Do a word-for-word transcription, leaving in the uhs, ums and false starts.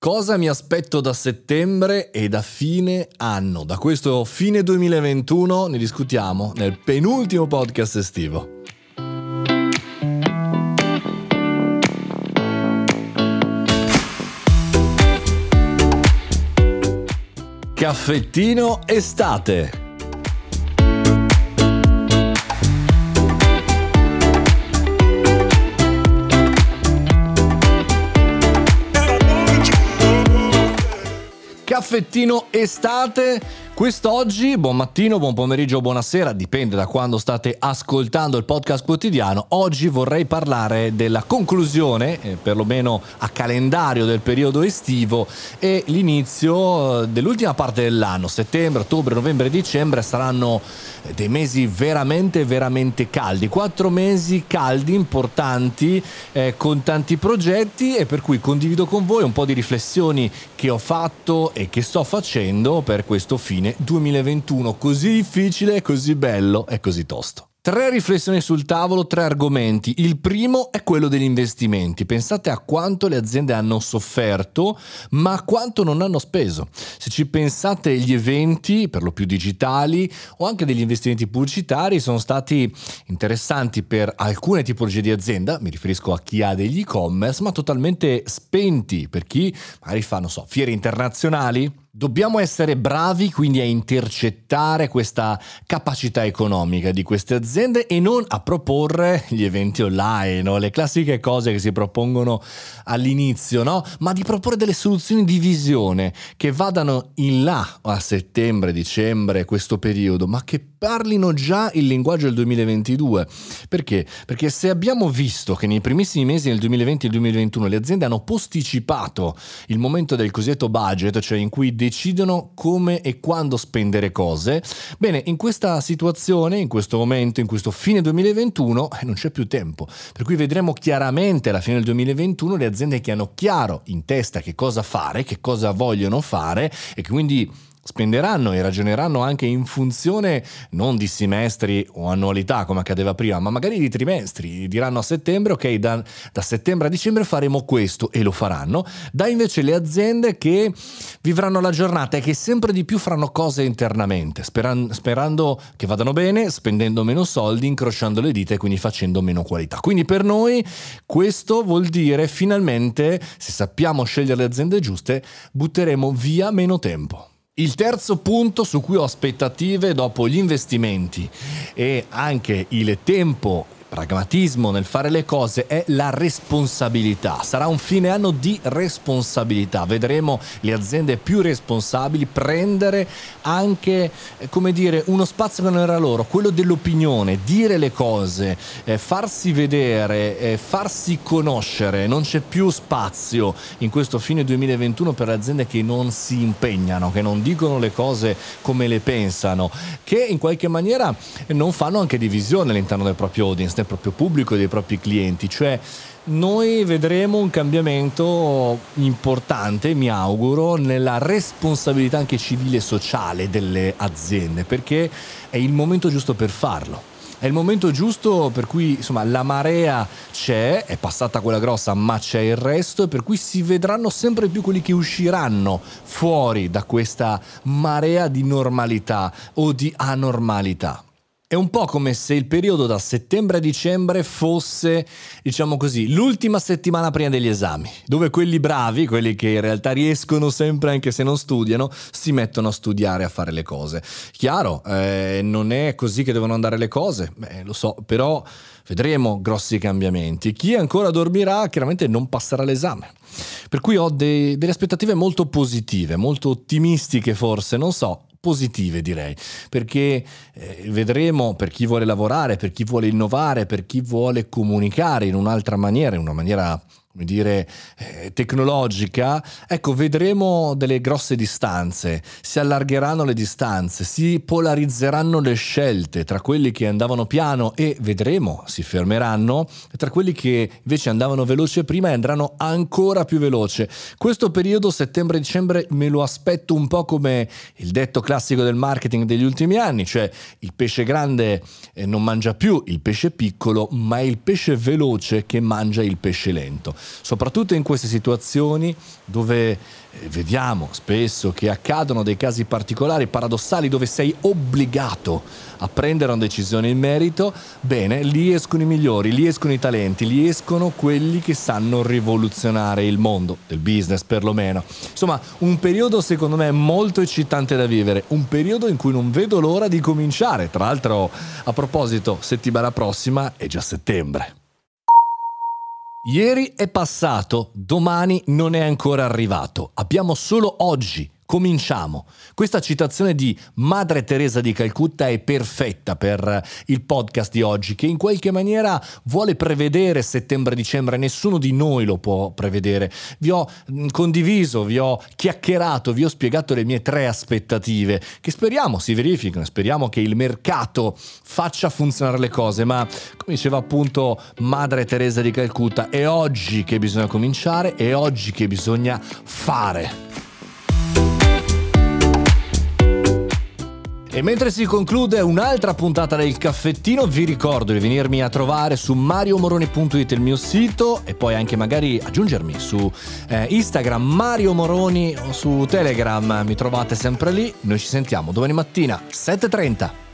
Cosa mi aspetto da settembre e da fine anno? Da questo fine duemilaventuno ne discutiamo nel penultimo podcast estivo. Caffettino estate. Caffettino estate. Quest'oggi, buon mattino, buon pomeriggio, buonasera, dipende da quando state ascoltando il podcast quotidiano. Oggi vorrei parlare della conclusione, eh, perlomeno a calendario, del periodo estivo e l'inizio dell'ultima parte dell'anno. Settembre, ottobre, novembre e dicembre saranno dei mesi veramente, veramente caldi. Quattro mesi caldi, importanti, eh, con tanti progetti, e per cui condivido con voi un po' di riflessioni che ho fatto e che sto facendo per questo fine duemilaventuno così difficile, così bello e così tosto. Tre riflessioni sul tavolo, tre argomenti. Il primo è quello degli investimenti. Pensate a quanto le aziende hanno sofferto, ma a quanto non hanno speso. Se ci pensate, gli eventi, per lo più digitali, o anche degli investimenti pubblicitari sono stati interessanti per alcune tipologie di azienda, mi riferisco a chi ha degli e-commerce, ma totalmente spenti per chi magari fa, non so, fiere internazionali. Dobbiamo essere bravi quindi a intercettare questa capacità economica di queste aziende e non a proporre gli eventi online o le classiche cose che si propongono all'inizio, no? Ma di proporre delle soluzioni di visione che vadano in là a settembre, dicembre, questo periodo, ma che parlino già il linguaggio del duemilaventidue. Perché? Perché se abbiamo visto che nei primissimi mesi del duemilaventi e duemilaventuno le aziende hanno posticipato il momento del cosiddetto budget, cioè in cui decidono come e quando spendere cose, bene, in questa situazione, in questo momento, in questo fine duemilaventuno, eh, non c'è più tempo. Per cui vedremo chiaramente alla fine del duemilaventuno le aziende che hanno chiaro in testa che cosa fare, che cosa vogliono fare e che quindi spenderanno e ragioneranno anche in funzione non di semestri o annualità come accadeva prima, ma magari di trimestri. Diranno a settembre, ok, da, da settembre a dicembre faremo questo, e lo faranno. Da invece le aziende che vivranno la giornata e che sempre di più faranno cose internamente, speran- sperando che vadano bene, spendendo meno soldi, incrociando le dita e quindi facendo meno qualità. Quindi per noi questo vuol dire finalmente, se sappiamo scegliere le aziende giuste, butteremo via meno tempo. Il terzo punto su cui ho aspettative dopo gli investimenti e anche il tempo, pragmatismo nel fare le cose, è la responsabilità. Sarà un fine anno di responsabilità. Vedremo le aziende più responsabili prendere anche, come dire, uno spazio che non era loro, quello dell'opinione, dire le cose, eh, farsi vedere, eh, farsi conoscere. Non c'è più spazio in questo fine duemilaventuno per le aziende che non si impegnano, che non dicono le cose come le pensano, che in qualche maniera non fanno anche divisione all'interno del proprio audience, del proprio pubblico e dei propri clienti. Cioè noi vedremo un cambiamento importante, mi auguro, nella responsabilità anche civile e sociale delle aziende, perché è il momento giusto per farlo. È il momento giusto per cui, insomma, la marea c'è, è passata quella grossa, ma c'è il resto, e per cui si vedranno sempre più quelli che usciranno fuori da questa marea di normalità o di anormalità. È un po' come se il periodo da settembre a dicembre fosse, diciamo così, l'ultima settimana prima degli esami, dove quelli bravi, quelli che in realtà riescono sempre anche se non studiano, si mettono a studiare, a fare le cose. Chiaro, eh, non è così che devono andare le cose, beh, lo so, però vedremo grossi cambiamenti. Chi ancora dormirà chiaramente non passerà l'esame. Per cui ho dei, delle aspettative molto positive, molto ottimistiche forse, non so, positive direi, perché eh, vedremo, per chi vuole lavorare, per chi vuole innovare, per chi vuole comunicare in un'altra maniera, in una maniera, come dire, eh, tecnologica, ecco, vedremo delle grosse distanze, si allargheranno le distanze, si polarizzeranno le scelte tra quelli che andavano piano e vedremo si fermeranno, e tra quelli che invece andavano veloce prima e andranno ancora più veloce. Questo periodo settembre-dicembre me lo aspetto un po' come il detto classico del marketing degli ultimi anni, cioè il pesce grande non mangia più il pesce piccolo, ma è il pesce veloce che mangia il pesce lento. soprattutto in queste situazioni dove vediamo spesso che accadono dei casi particolari, paradossali, dove sei obbligato a prendere una decisione in merito. Bene, lì escono i migliori, lì escono i talenti, lì escono quelli che sanno rivoluzionare il mondo del business, perlomeno. Insomma, un periodo secondo me molto eccitante da vivere, un periodo in cui non vedo l'ora di cominciare. Tra l'altro, a proposito, settimana prossima è già settembre. Ieri è passato, domani non è ancora arrivato. Abbiamo solo oggi. Cominciamo. Questa citazione di Madre Teresa di Calcutta è perfetta per il podcast di oggi, che in qualche maniera vuole prevedere settembre-dicembre. Nessuno di noi lo può prevedere. Vi ho condiviso, vi ho chiacchierato, vi ho spiegato le mie tre aspettative, che speriamo si verifichino, speriamo che il mercato faccia funzionare le cose, ma come diceva appunto Madre Teresa di Calcutta, è oggi che bisogna cominciare, è oggi che bisogna fare. E mentre si conclude un'altra puntata del caffettino, vi ricordo di venirmi a trovare su mario moroni punto it, il mio sito, e poi anche magari aggiungermi su eh, Instagram Mario Moroni o su Telegram, mi trovate sempre lì. Noi ci sentiamo domani mattina sette e trenta.